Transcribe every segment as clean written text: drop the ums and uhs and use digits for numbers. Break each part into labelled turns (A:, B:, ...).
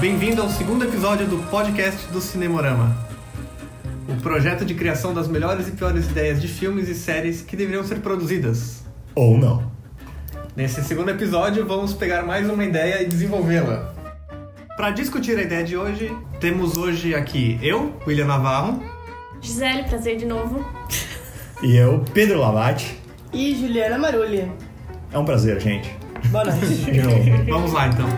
A: Bem-vindo ao segundo episódio do podcast do Cinemorama, o projeto de criação das melhores e piores ideias de filmes e séries que deveriam ser produzidas.
B: Ou não.
A: Nesse segundo episódio, vamos pegar mais uma ideia e desenvolvê-la. Para discutir a ideia de hoje, temos hoje aqui eu, William Navarro.
C: Gisele, prazer de novo.
B: E eu, Pedro Lavati.
D: E Juliana Marulli.
B: É um prazer, gente.
D: Boa noite.
B: De novo.
A: Vamos lá, então.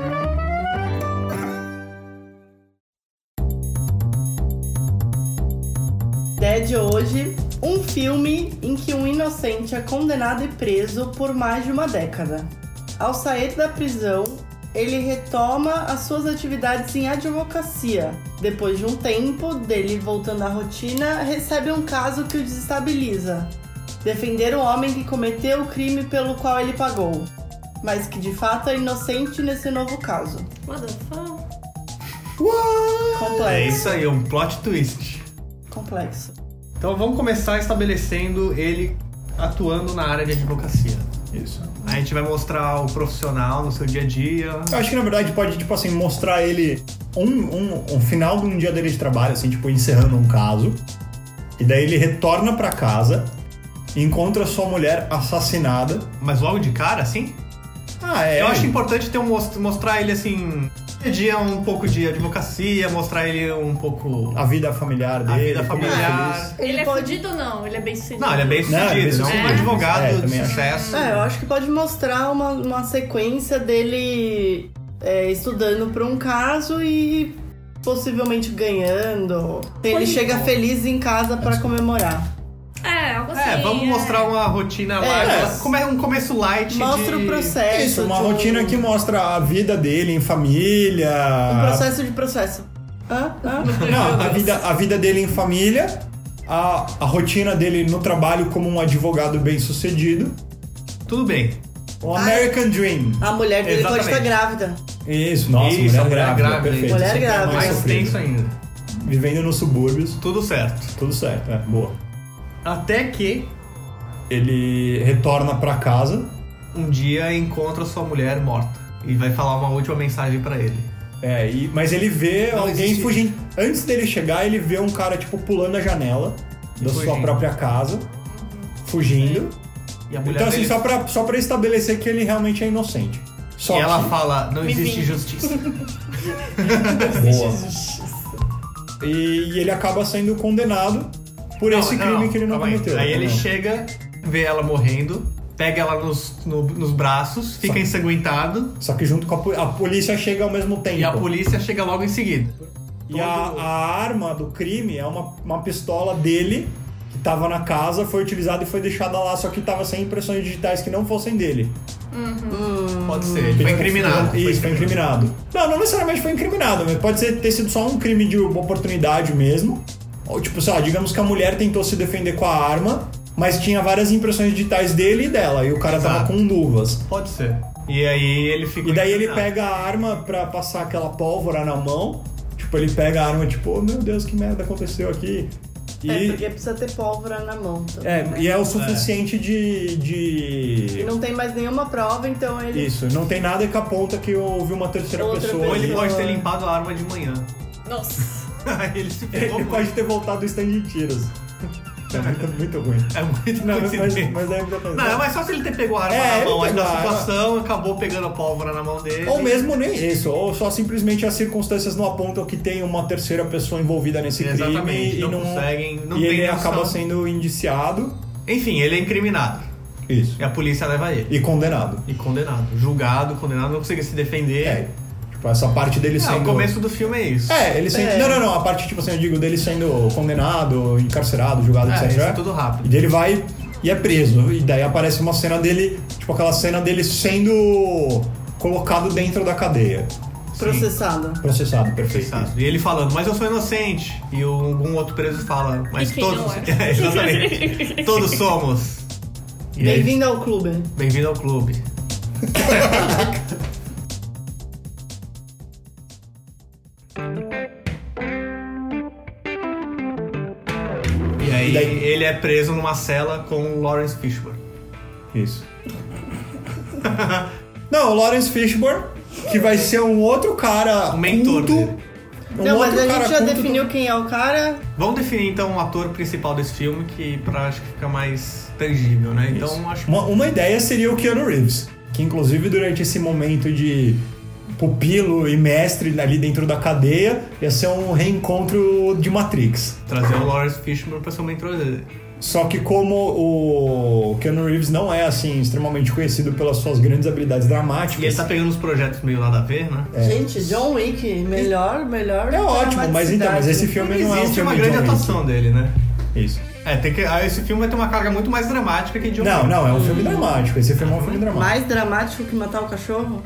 D: Ideia de hoje, um filme em que um inocente é condenado e preso por mais de uma década. Ao sair da prisão, ele retoma as suas atividades em advocacia. Depois de um tempo dele voltando à rotina, recebe um caso que o desestabiliza. Defender o homem que cometeu o crime pelo qual ele pagou, mas que de fato é inocente nesse novo caso.
C: What the fuck?
D: Complexo.
A: É isso aí, um plot twist.
D: Complexo.
A: Então vamos começar estabelecendo ele atuando na área de advocacia.
B: Isso.
A: A gente vai mostrar o profissional no seu dia a dia.
B: Eu acho que na verdade pode, mostrar ele um final de um dia dele de trabalho, encerrando um caso. E daí ele retorna pra casa e encontra sua mulher assassinada.
A: Mas logo de cara, assim?
B: É.
A: Eu acho importante mostrar ele assim, dia um pouco de advocacia, mostrar ele um pouco
B: A vida familiar dele.
A: vida familiar.
C: Ele é
D: pode...
C: fudido ou não? Ele é bem sucedido?
A: Não, ele é bem sucedido, não é um advogado de
B: também acho.
A: sucesso.
D: eu acho que pode mostrar uma sequência dele estudando para um caso e possivelmente ganhando. Ele chega feliz em casa para comemorar.
C: Algo assim.
A: Vamos mostrar uma rotina light, um começo light.
D: Mostra o processo.
B: Isso, uma rotina que mostra a vida dele em família.
D: Um processo de processo.
B: Não, a vida dele em família, a rotina dele no trabalho como um advogado bem-sucedido.
A: Tudo bem.
B: O American Dream.
D: A mulher dele pode
A: Exatamente.
D: estar grávida.
B: Isso, nossa,
A: Isso,
B: mulher grávida, perfeito.
D: Mulher
B: Isso aqui é
D: grávida.
A: Mais
B: sofrido.
A: tenso ainda.
B: Vivendo nos subúrbios,
A: Tudo certo.
B: tudo certo, boa.
A: Até que
B: Ele retorna pra casa,
A: um dia encontra sua mulher morta e vai falar uma última mensagem pra ele.
B: mas ele vê
A: Não
B: alguém
A: existe.
B: fugindo. Antes dele chegar, ele vê um cara, pulando a janela da sua
A: fugindo.
B: própria casa, fugindo.
A: E a mulher
B: Então, assim,
A: dele...
B: só pra estabelecer que ele realmente é inocente. Só
A: E ela
B: que-
A: fala, não existe justiça.
B: Boa. E ele acaba sendo condenado por esse crime que ele não
A: calma aí.
B: cometeu.
A: Aí ele
B: Não.
A: chega, vê ela morrendo, pega ela nos braços, fica
B: Só-
A: ensanguentado
B: Só que junto com a polícia chega ao mesmo tempo.
A: e a polícia chega logo em seguida.
B: E a arma do crime é uma pistola dele, que tava na casa, foi utilizada e foi deixada lá, só que tava sem impressões digitais que não fossem dele.
A: Pode ser, ele foi incriminado.
B: Isso, foi incriminado. Não necessariamente foi incriminado, mas pode ter sido só um crime de oportunidade mesmo. Ou digamos que a mulher tentou se defender com a arma, mas tinha várias impressões digitais dele e dela, e o cara tava
A: Exato.
B: com luvas.
A: Pode ser. E aí ele fica
B: E daí ele
A: incriminado.
B: pega a arma pra passar aquela pólvora na mão. Ele pega a arma, oh meu Deus, que merda aconteceu aqui.
D: Porque precisa ter pólvora na mão também.
B: E é o suficiente
D: E não tem mais nenhuma prova, então ele...
B: Isso, não tem nada que aponta que houve uma terceira
D: Outra
B: pessoa.
A: Ou ele
D: pessoa.
A: pode ter limpado a arma de manhã.
C: Nossa.
A: Aí ele se pegou
B: Ele
A: muito.
B: pode ter voltado do stand de tiros. É muito ruim.
A: É muito
B: Não,
A: coincidente.
B: mas é muito
A: Não, é mais fácil ele ter pego a arma na
B: ele
A: mão. Aí
B: pegou
A: na
B: a arma.
A: situação acabou pegando a pólvora na mão dele.
B: Ou mesmo nem isso, ou só simplesmente as circunstâncias não apontam que tem uma terceira pessoa envolvida nesse
A: Exatamente,
B: crime e
A: não conseguem, não
B: e
A: tem
B: ele
A: noção.
B: acaba sendo indiciado.
A: Enfim, ele é incriminado.
B: Isso.
A: E a polícia leva ele.
B: E condenado.
A: E condenado. Julgado, condenado, não conseguiu se defender.
B: Essa parte dele
A: O
B: sendo...
A: começo do filme é isso.
B: Ele sendo... Não, a parte, eu digo, dele sendo condenado, encarcerado, julgado, etc.
A: Isso é tudo rápido.
B: E dele vai e é preso. E daí aparece uma cena dele, aquela cena dele sendo colocado dentro da cadeia.
D: Processado.
B: Processado, perfeito.
A: E ele falando, mas eu sou inocente. E algum outro preso fala, mas
C: E quem
A: todos...
C: não é?
A: Exatamente. Todos somos. E aí,
D: Bem-vindo ao clube.
A: bem-vindo ao clube. E aí ele é preso numa cela com o Lawrence Fishburne.
B: Isso. Não, o Lawrence Fishburne, que vai ser um outro cara
A: O mentor
B: culto.
A: dele.
D: Não, mas a gente já
B: culto
D: definiu quem é o cara.
A: Vamos definir então o ator principal desse filme, acho que fica mais tangível, né? Então
B: Isso.
A: acho que...
B: Uma ideia seria o Keanu Reeves, que inclusive durante esse momento de pupilo e mestre ali dentro da cadeia, ia ser um reencontro de Matrix.
A: trazer o Lawrence Fishburne pra ser o mentor dele.
B: Só que como o Keanu Reeves não é, assim, extremamente conhecido pelas suas grandes habilidades dramáticas...
A: E ele tá pegando uns projetos meio nada a ver, né?
D: Gente, John Wick, melhor.
B: É ótimo, mas então, mas esse filme não é um
A: Existe
B: filme
A: uma
B: de
A: grande
B: John Wick.
A: atuação dele, né?
B: Isso.
A: Esse filme vai ter uma carga muito mais dramática que John Wick.
B: Não, é um filme dramático. Esse filme é um filme dramático.
D: Mais dramático que matar o cachorro?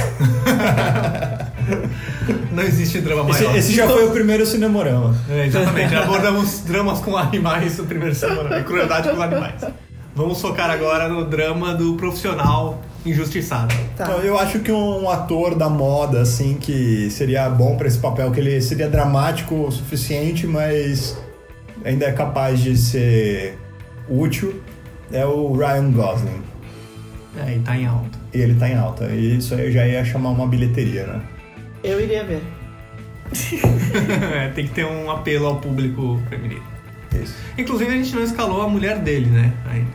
A: Não existe drama maior.
B: Esse já foi o primeiro Cinemorama.
A: Exatamente, já abordamos dramas com animais no primeiro semana, e crueldade com os animais. Vamos focar agora no drama do profissional injustiçado.
D: Tá.
B: Então, eu acho que um ator da moda, assim, que seria bom pra esse papel, que ele seria dramático o suficiente, mas ainda é capaz de ser útil, é o Ryan Gosling.
A: E tá em alta.
B: E ele tá em alta. E isso aí já ia chamar uma bilheteria, né?
D: Eu iria ver.
A: Tem que ter um apelo ao público feminino.
B: Isso.
A: Inclusive a gente não escalou a mulher dele, né?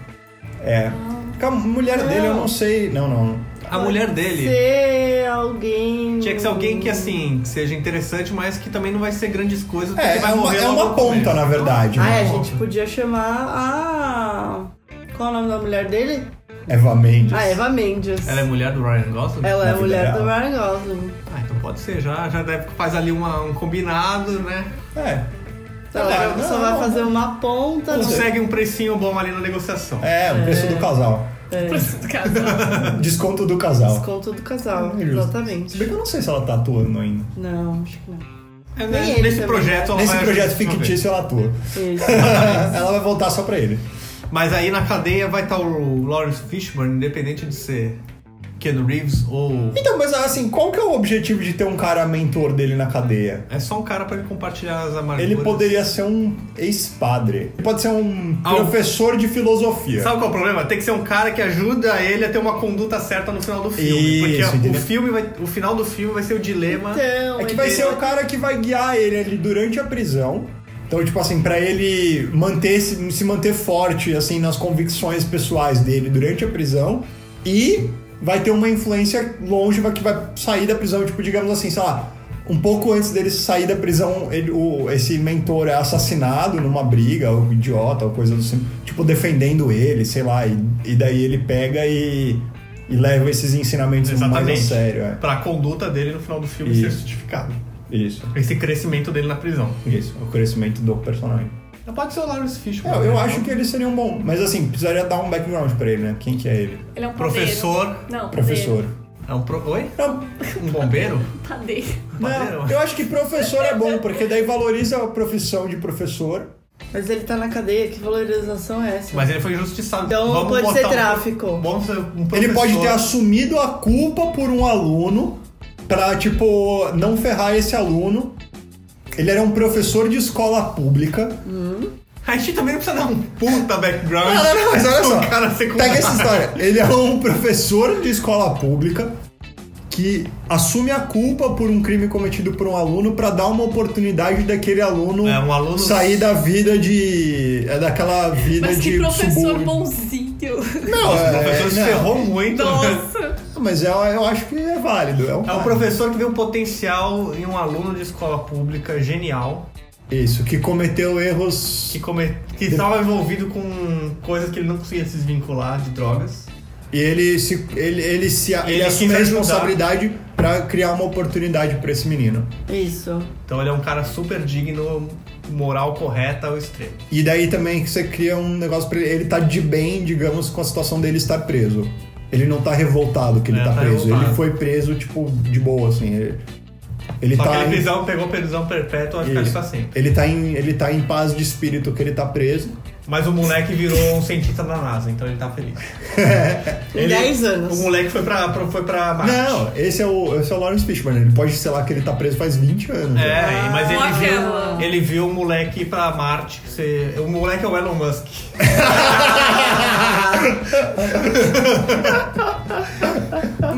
B: A mulher dele eu não sei. Não.
A: A mulher dele
D: Ser alguém.
A: tinha que ser alguém que, assim, que seja interessante, mas que também não vai ser grandes coisas, porque
B: É
A: vai morrer
B: uma
A: logo no
B: ponta,
A: começo.
B: na verdade.
D: Ah,
B: né?
D: a gente podia chamar a. Qual é o nome da mulher dele?
B: Eva Mendes.
D: Eva Mendes.
A: Ela é mulher do Ryan Gosling?
D: Ela é
B: Na
D: a
B: vida
D: mulher
B: real.
D: do Ryan Gosling.
A: Então pode ser, já deve faz ali um combinado, né?
D: Ela
B: não,
D: só vai
B: não.
D: fazer uma ponta.
A: Consegue um precinho bom ali na negociação.
B: O preço do casal.
C: Preço do casal.
B: Desconto do casal.
D: Desconto do casal.
B: É justo.
D: Exatamente.
B: Se bem que eu não sei se ela tá atuando ainda.
D: Não, acho que não.
A: Né,
D: Nem ele
A: nesse
D: também,
A: projeto ela
B: Nesse
A: vai
B: projeto
A: ajudar,
B: fictício ela atua.
D: Isso.
B: Ela vai voltar só pra ele.
A: Mas aí na cadeia vai estar o Lawrence Fishburne, independente de ser Keanu Reeves ou...
B: Então, mas assim, qual que é o objetivo de ter um cara mentor dele na cadeia?
A: É só um cara pra ele compartilhar as amarguras.
B: Ele poderia ser um ex-padre. Ele pode ser um professor de filosofia.
A: Sabe qual é o problema? Tem que ser um cara que ajuda ele a ter uma conduta certa no final do filme.
B: Isso,
A: porque
B: entendeu?
A: o final do filme vai ser o dilema.
D: Então,
B: É que vai ser o cara que vai guiar ele ali durante a prisão. Então, tipo assim, pra ele se manter forte, assim, nas convicções pessoais dele durante a prisão. E vai ter uma influência longeva que vai sair da prisão, tipo, digamos assim, sei lá, um pouco antes dele sair da prisão, esse mentor é assassinado numa briga, ou idiota, ou coisa do tipo, defendendo ele, sei lá, e daí ele pega e leva esses ensinamentos mais a sério.
A: Pra conduta dele no final do filme ser justificado.
B: Isso.
A: Esse crescimento dele na prisão.
B: Isso, o crescimento do personagem.
A: Pode ser o Lawrence Fishburne.
B: Eu acho que ele seria um bom... Mas assim, precisaria dar um background pra ele, né? Quem que é ele?
C: Ele é um padeiro.
A: Professor.
C: Não,
B: Professor.
A: É um Oi?
B: Não,
A: Um bombeiro?
C: Padeiro.
A: Padeiro?
B: eu acho que professor é bom, porque daí valoriza a profissão de professor.
D: Mas ele tá na cadeia, que valorização é essa?
A: Mas ele foi injustiçado.
D: Então
A: Vamos
D: pode
A: botar
D: ser tráfico.
A: Vamos ser um professor.
B: Ele pode ter assumido a culpa por um aluno pra, tipo, não ferrar esse aluno. Ele era um professor de escola pública.
A: A gente também não precisa dar um puta background.
B: Não, mas olha
A: pro
B: só.
A: cara secundário.
B: Pega essa história. Ele é um professor de escola pública que assume a culpa por um crime cometido por um aluno pra dar uma oportunidade daquele aluno,
A: um aluno
B: sair da vida daquela vida
C: Mas
B: de
C: que professor
B: subúrbio.
C: bonzinho.
B: Não,
A: O professor se
B: não.
A: ferrou muito.
C: Nossa.
B: Mas eu acho que é válido.
A: É um professor que vê um potencial em um aluno de escola pública genial.
B: Isso, que cometeu erros.
A: Que estava envolvido com coisas que ele não conseguia se desvincular de drogas.
B: E ele assume a
A: quis
B: responsabilidade pra criar uma oportunidade pra esse menino.
D: Isso.
A: Então ele é um cara super digno, moral correta ao extremo.
B: E daí também que você cria um negócio pra ele. Ele tá de bem, digamos, com a situação dele estar preso. Ele não tá revoltado que ele tá preso.
A: revoltado.
B: Ele foi preso, tipo, de boa, assim. Ele
A: Só
B: tá
A: que ele pegou prisão perpétua, vai ficar ali pra sempre.
B: Ele tá em paz de espírito que ele tá preso.
A: Mas o moleque virou um cientista da NASA, então ele tá feliz.
D: Em 10 anos.
A: O moleque foi pra Marte.
B: Não, esse é o Lawrence Fishburne. Ele pode ser lá que ele tá preso faz 20 anos.
A: É, mas
C: aquela.
A: ele viu o moleque ir pra Marte. O moleque é o Elon Musk.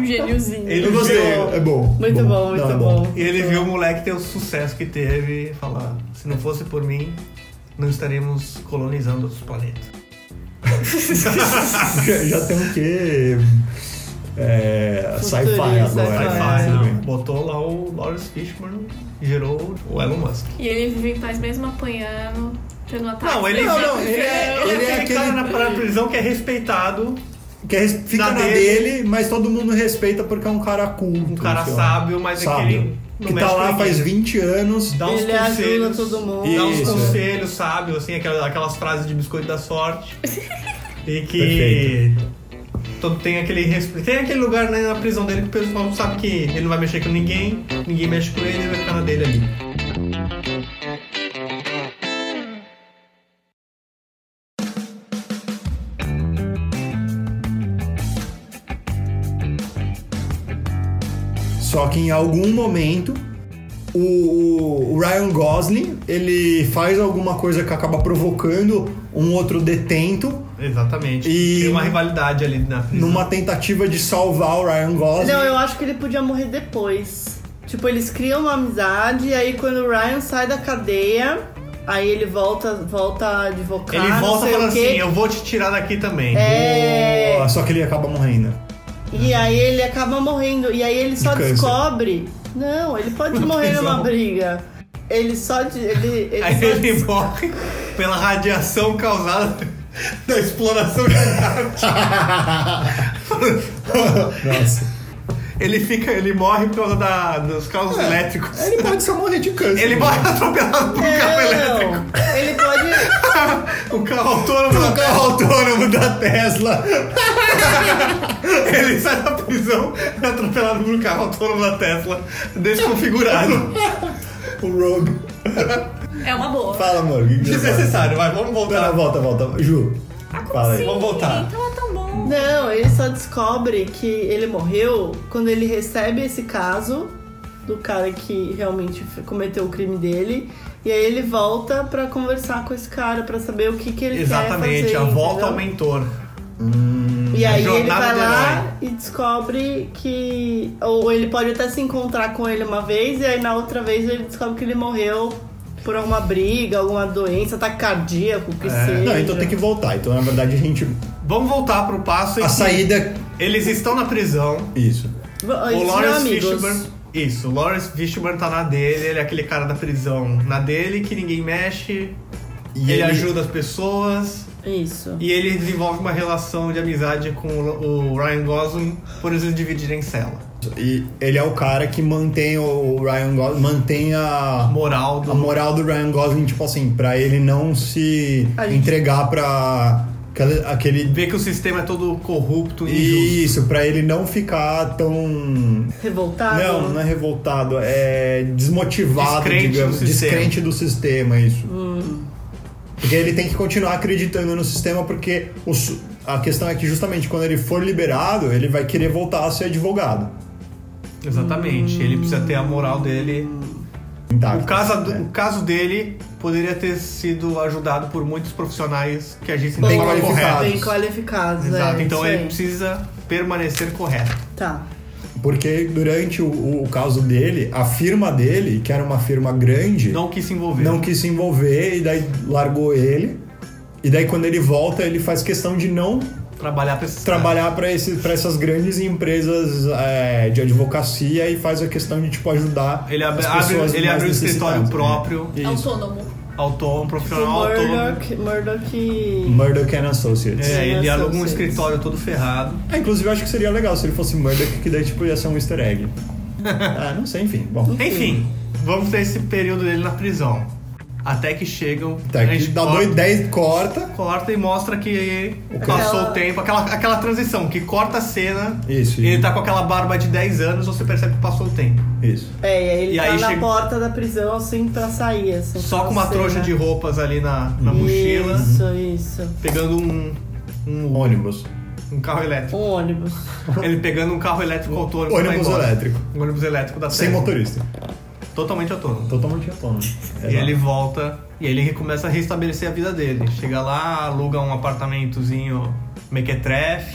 C: Um gêniozinho.
A: Ele
B: Eu gostei,
A: viu-
B: é bom.
D: Muito bom, muito
B: Não, é
D: bom.
A: E ele viu o moleque ter o sucesso que teve e falar: se não fosse por mim, não estaríamos colonizando outros planetas.
B: Já tem o quê? Sci-fi
D: Futurista,
B: agora.
A: Sci-fi,
B: né?
A: não. Botou lá o Lawrence Fishburne e gerou o Elon Musk.
C: E ele vive em paz mesmo apanhando, tendo ataque.
A: Não, ele
B: Não,
A: ele é aquele
B: aquele-
A: cara na prisão que é respeitado,
B: Que fica na dele, mas todo mundo respeita porque é um cara culto.
A: um cara
B: sei lá.
A: sábio, mas é que ele não
B: Que
A: mexe
B: tá
A: com
B: lá
A: ninguém.
B: faz 20 anos.
A: Dá uns
D: Ele ajuda
A: conselhos,
D: todo mundo.
A: dá uns
B: Isso.
A: conselhos sábios, assim, aquelas frases de biscoito da sorte. E que
B: Perfeito.
A: tem aquele lugar, né, na prisão dele que o pessoal sabe que ele não vai mexer com ninguém mexe com ele vai ficar na dele ali.
B: Só que em algum momento o Ryan Gosling ele faz alguma coisa que acaba provocando um outro detento
A: Exatamente.
B: E-
A: Tem uma rivalidade ali na prisão.
B: numa tentativa de salvar o Ryan Gosling.
D: Não, eu acho que ele podia morrer depois. Tipo, eles criam uma amizade e aí quando o Ryan sai da cadeia, aí ele volta a advocar.
A: Ele
D: não
A: volta
D: sei
A: falando
D: o quê.
A: assim, eu vou te tirar daqui também.
D: É.
B: Boa, só que ele acaba morrendo.
D: E aí ele acaba morrendo. E aí ele só
B: De câncer.
D: descobre. Não, ele pode morrer numa
A: prisão.
D: briga. Ele só. Ele
A: Aí
D: só
A: ele morre pela radiação causada da exploração de Marte.
B: Nossa.
A: Ele morre por causa dos carros elétricos.
B: Ele pode só morrer de câncer.
A: Ele morre atropelado por um carro elétrico.
D: Não, ele pode.
A: Um carro autônomo da
B: O carro autônomo da Tesla.
A: Ele sai da prisão e é atropelado por um carro autônomo da Tesla, desconfigurado.
B: O Rogue.
C: É uma boa.
B: Fala, amor. O que que você fala?
A: Desnecessário, vai, vamos voltar.
B: Não, volta. Ju, fala aí.
A: Vamos voltar.
C: Então é tão bom.
D: Não, ele só descobre que ele morreu quando ele recebe esse caso do cara que realmente cometeu o crime dele. E aí ele volta pra conversar com esse cara, pra saber o que ele
A: Exatamente,
D: quer fazer.
A: a volta
D: entendeu?
A: ao mentor.
D: E aí ele
A: jornada
D: vai
A: do
D: lá e descobre que... Ou ele pode até se encontrar com ele uma vez, e aí na outra vez ele descobre que ele morreu por alguma briga, alguma doença, ataque cardíaco, o que seja.
B: Não, então tem que voltar. Então, na verdade, a gente...
A: Vamos voltar pro passo em
B: A
A: que
B: saída...
A: eles estão na prisão.
B: Isso.
A: O
D: Isso,
A: Lawrence
D: amigos.
A: Fishburne. Isso, o Lawrence Fishburne tá na dele, ele é aquele cara da prisão na dele, que ninguém mexe,
B: E
A: ele ajuda as pessoas,
D: Isso.
A: e ele desenvolve uma relação de amizade com o Ryan Gosling por eles dividirem cela.
B: E ele é o cara que mantém o Ryan Gosling... Mantém a
A: Moral do...
B: a moral do Ryan Gosling, tipo assim, pra ele não se
D: A gente-
B: entregar pra aquele...
A: Ver que o sistema é todo corrupto e injusto.
B: Isso, pra ele não ficar tão...
D: Revoltado?
B: Não é revoltado, é desmotivado,
A: Descrente
B: digamos,
A: do sistema.
B: descrente do sistema, isso. Porque ele tem que continuar acreditando no sistema, porque a questão é que justamente quando ele for liberado, ele vai querer voltar a ser advogado.
A: Exatamente, ele precisa ter a moral dele.
B: Intacto,
A: O caso dele poderia ter sido ajudado por muitos profissionais que agissem
B: Bem
A: da forma
B: qualificados.
A: correta.
D: Bem qualificados,
A: Exato,
D: é,
A: então
D: isso
A: ele
D: aí.
A: precisa permanecer correto.
D: Tá.
B: Porque durante o caso dele, a firma dele, que era uma firma grande,
A: Não quis se envolver.
B: não quis se envolver e daí largou ele. E daí quando ele volta, ele faz questão de não
A: Trabalhar pra esses
B: trabalhar para essas grandes empresas de advocacia e faz a questão de tipo ajudar
A: Ele
B: as
A: abre
B: pessoas
A: ele
B: mais
A: abre um escritório
B: necessitadas.
A: próprio,
B: Isso.
C: Autônomo.
A: autônomo,
D: O
A: profissional autônomo.
D: Murdoch...
B: Murdoch and Associates.
A: Ele aluga um
D: Associates.
A: escritório todo ferrado.
B: Inclusive, eu acho que seria legal se ele fosse Murdoch, que daí tipo ia ser um easter egg. Não sei, enfim. Bom,
A: Enfim, vamos ter esse período dele na prisão. Até que chegam.
B: até
A: a
B: que
A: gente
B: dá
A: corta,
B: 2, corta.
A: corta e mostra que passou
D: Aquela-
A: o tempo. Aquela transição, que corta a cena.
B: Isso.
A: E ele tá com aquela barba de 10 anos, você percebe que passou o tempo.
B: Isso.
D: E aí ele
A: E
D: tá
A: aí
D: na
A: chega-
D: porta da prisão, assim, pra sair, assim.
A: Só
D: pra
A: com uma
D: você,
A: trouxa
D: né?
A: de roupas ali na mochila,
D: Isso.
A: pegando um
B: Ônibus.
A: carro elétrico.
D: Um ônibus.
A: Ele pegando um carro elétrico autônomo. pra ir
B: Ônibus
A: embora.
B: elétrico.
A: Um ônibus elétrico da
B: Sem
A: Tesla.
B: motorista.
A: Totalmente autônomo.
B: Totalmente autônomo.
A: E ele volta e ele começa a restabelecer a vida dele. Chega lá, aluga um apartamentozinho mequetrefe.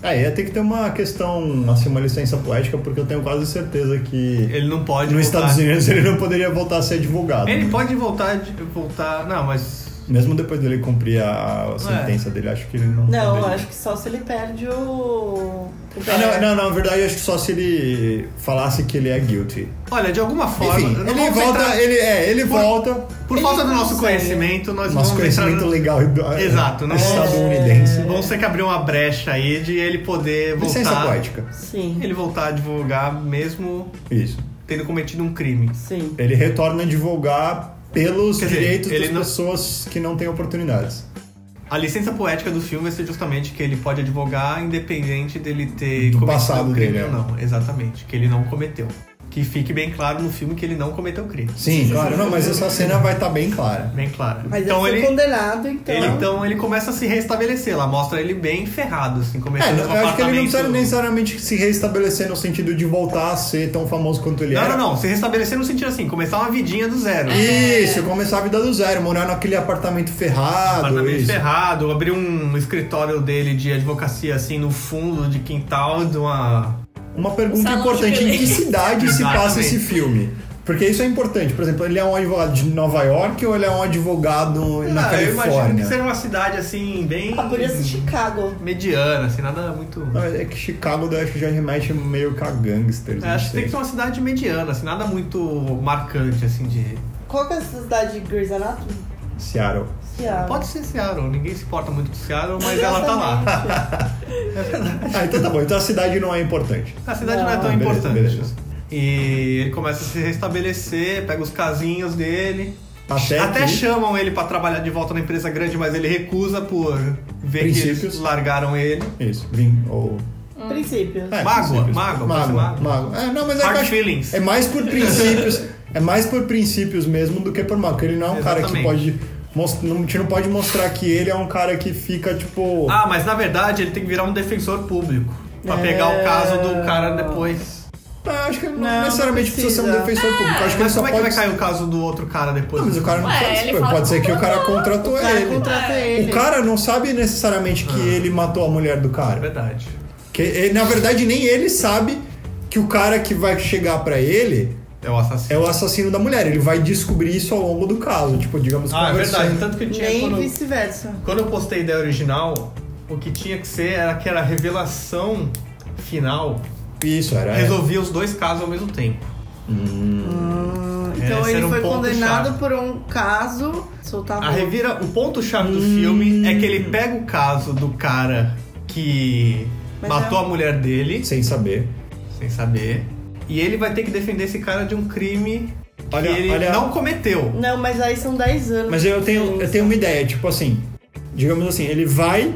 B: Ia ter que ter uma questão, assim, uma licença poética, porque eu tenho quase certeza que
A: Ele não pode
B: nos
A: voltar.
B: Estados Unidos ele não poderia voltar a ser advogado.
A: Ele pode voltar... Não, mas...
B: Mesmo depois dele cumprir a sentença dele, acho que ele não
D: Não,
B: poderia.
D: acho que só se ele perde o
B: Não, na verdade, acho que só se ele falasse que ele é guilty.
A: Olha, de alguma forma...
B: Enfim,
A: não
B: ele
A: vamos
B: volta,
A: entrar-
B: ele volta.
A: Por falta do
D: Ele
A: nosso
D: consegue.
A: conhecimento, nós
B: Nosso
A: vamos
B: conhecimento
A: entrar...
B: legal
A: Exato, não
B: estadunidense.
A: Vamos ter que abrir uma brecha aí de ele poder voltar...
B: Licença poética.
D: Sim.
A: Ele voltar a advogar mesmo
B: Isso.
A: tendo cometido um crime.
D: Sim.
B: Ele retorna a advogar pelos
A: Quer dizer,
B: direitos
A: ele
B: das
A: não-
B: pessoas que não têm oportunidades.
A: A licença poética do filme vai ser justamente que ele pode advogar independente dele ter
B: Do
A: cometido
B: passado
A: um crime
B: dele,
A: ou não. Exatamente, que ele não cometeu. Que fique bem claro no filme que ele não cometeu crime.
B: Sim, claro. Não, mas essa cena vai estar bem clara.
A: Bem claro.
D: Mas
A: então
D: ele foi condenado, então...
A: ele começa a se reestabelecer. Ela mostra ele bem ferrado, assim, começando
B: Eu
A: no
B: acho que ele não precisa
A: apartamento.
B: necessariamente se restabelecer no sentido de voltar a ser tão famoso quanto ele era.
A: Não. Se restabelecer no sentido assim, começar uma vidinha do zero.
B: Isso, começar a vida do zero, morar naquele apartamento ferrado.
A: Apartamento
B: isso.
A: ferrado, abrir um escritório dele de advocacia assim no fundo de quintal de uma...
B: Uma pergunta
C: Salão de
B: importante: em que
C: beleza.
B: cidade se passa
A: Exatamente.
B: esse filme? Porque isso é importante. Por exemplo, ele é um advogado de Nova York ou ele é um advogado na
A: eu imagino que
B: Califórnia?
A: seja uma cidade assim, bem...
D: Poderia ser Chicago.
A: mediana, assim, nada muito...
B: Não, é que Chicago eu acho que já remete meio com a gangsters. não
A: acho que
B: sei.
A: tem que ser uma cidade mediana, assim, nada muito marcante, assim, de...
D: Qual que é essa cidade de Grey's Anatomy?
B: Seattle.
D: Seattle.
A: Pode ser Seattle, ninguém se importa muito com Seattle, mas ela tá lá. É verdade.
B: Então tá bom. Então a cidade não é importante.
A: A cidade não é tão
B: Beleza,
A: importante.
B: beleza.
A: E ele começa a se restabelecer, pega os casinhos dele.
B: Até que-
A: chamam ele pra trabalhar de volta na empresa grande, mas ele recusa por ver que
B: Princípios.
A: eles largaram ele.
B: Isso. Ou...
D: Princípios.
A: Mágoa,
B: princípios.
A: mágoa, pode ser mágoa.
B: Não, mas é, que eu
A: Hard
B: acho-
A: feelings.
B: é mais por princípios. É mais por princípios mesmo do que por mágoa. Porque ele não é um cara que
A: Exatamente.
B: pode... A gente não pode mostrar que ele é um cara que fica, tipo...
A: Ah, mas na verdade ele tem que virar um defensor público. Pra pegar o caso do cara depois.
B: Eu acho que ele não
D: Não,
B: necessariamente
D: não
B: precisa ser um
D: precisa.
B: defensor público. Eu acho que ele
A: Mas
B: só
A: como é que
B: pode...
A: vai cair o caso do outro cara depois?
B: Não, mas o cara não
C: Ué,
B: sabe.
C: ele fala
B: Pode ser que o cara
C: contratou.
B: contratou
D: O cara
B: ele.
D: contrata ele.
B: O cara não sabe necessariamente que ele matou a mulher do
A: É
B: cara.
A: verdade.
B: Que, na verdade, nem ele sabe que o cara que vai chegar pra ele
A: É o assassino.
B: é o assassino da mulher. Ele vai descobrir isso ao longo do caso. Tipo, digamos,
A: Ah, é
B: conversando.
A: verdade. Tanto que tinha
D: Nem vice-versa.
A: quando eu postei a ideia original, o que tinha que ser era que a revelação final
B: Isso, era.
A: resolvia os dois casos ao mesmo tempo.
D: Então
A: Esse
D: ele
A: era um
D: foi
A: ponto
D: condenado
A: chave.
D: por um caso. Soltava
A: O ponto-chave do filme é que ele pega o caso do cara que
D: Mas
A: matou
D: é-
A: a mulher dele,
B: Sem saber.
A: sem saber, e ele vai ter que defender esse cara de um crime
B: Olha-
A: que ele
B: olha-
A: não cometeu.
D: Não, mas aí são 10 anos.
B: Mas eu tenho uma ideia. Tipo assim, digamos assim, ele vai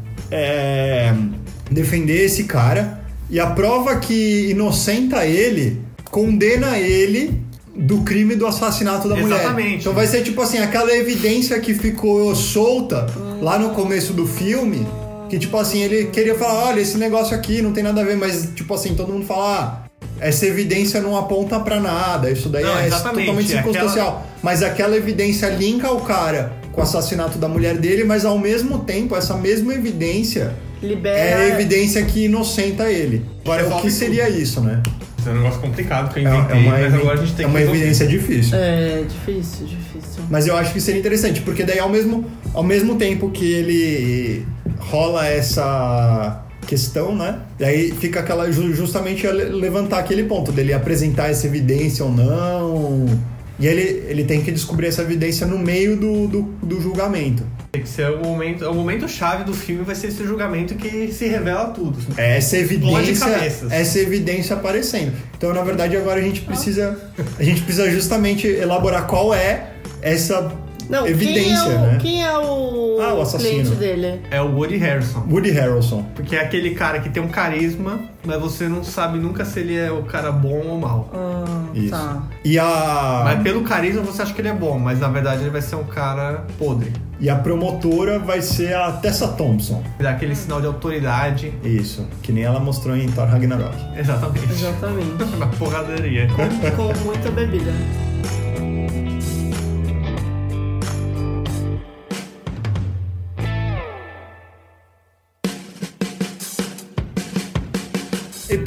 B: defender esse cara e a prova que inocenta ele condena ele do crime do assassinato da mulher.
A: Exatamente.
B: Então vai ser tipo assim, aquela evidência que ficou solta lá no começo do filme, que tipo assim, ele queria falar, olha, esse negócio aqui não tem nada a ver, mas tipo assim, todo mundo fala, essa evidência não aponta pra nada, isso daí
A: Não,
B: é
A: exatamente,
B: totalmente circunstancial. Mas aquela evidência linka o cara com o assassinato da mulher dele, mas ao mesmo tempo, essa mesma evidência
D: Libera.
B: é a evidência que inocenta ele. Agora, o
A: Resolve
B: que seria isso, né?
A: Isso é um negócio complicado que eu
B: É
A: inventei, mas agora a gente tem
B: uma
A: que resolver.
B: evidência difícil.
D: É, difícil.
B: Mas eu acho que seria interessante, porque daí ao mesmo tempo que ele rola essa questão, né? Daí fica aquela justamente levantar aquele ponto dele apresentar essa evidência ou não. E ele tem que descobrir essa evidência no meio do julgamento.
A: Tem que ser o momento chave do filme, vai ser esse julgamento que se revela tudo.
B: Essa
A: Explode cabeças.
B: evidência aparecendo. Então, na verdade, agora a gente precisa justamente elaborar qual é essa
D: Não,
B: evidência,
D: quem é o
B: Ah, o assassino.
D: cliente dele?
A: É o Woody Harrelson.
B: Woody Harrelson.
A: Porque é aquele cara que tem um carisma, mas você não sabe nunca se ele é o cara bom ou mal.
B: Isso.
D: Tá.
B: E a
A: Mas pelo carisma você acha que ele é bom, mas na verdade ele vai ser um cara podre.
B: E a promotora vai ser a Tessa Thompson.
A: Dá aquele sinal de autoridade.
B: Isso, que nem ela mostrou em Thor Ragnarok.
A: Exatamente.
D: Exatamente.
A: Na porradaria.
D: Com muita bebida.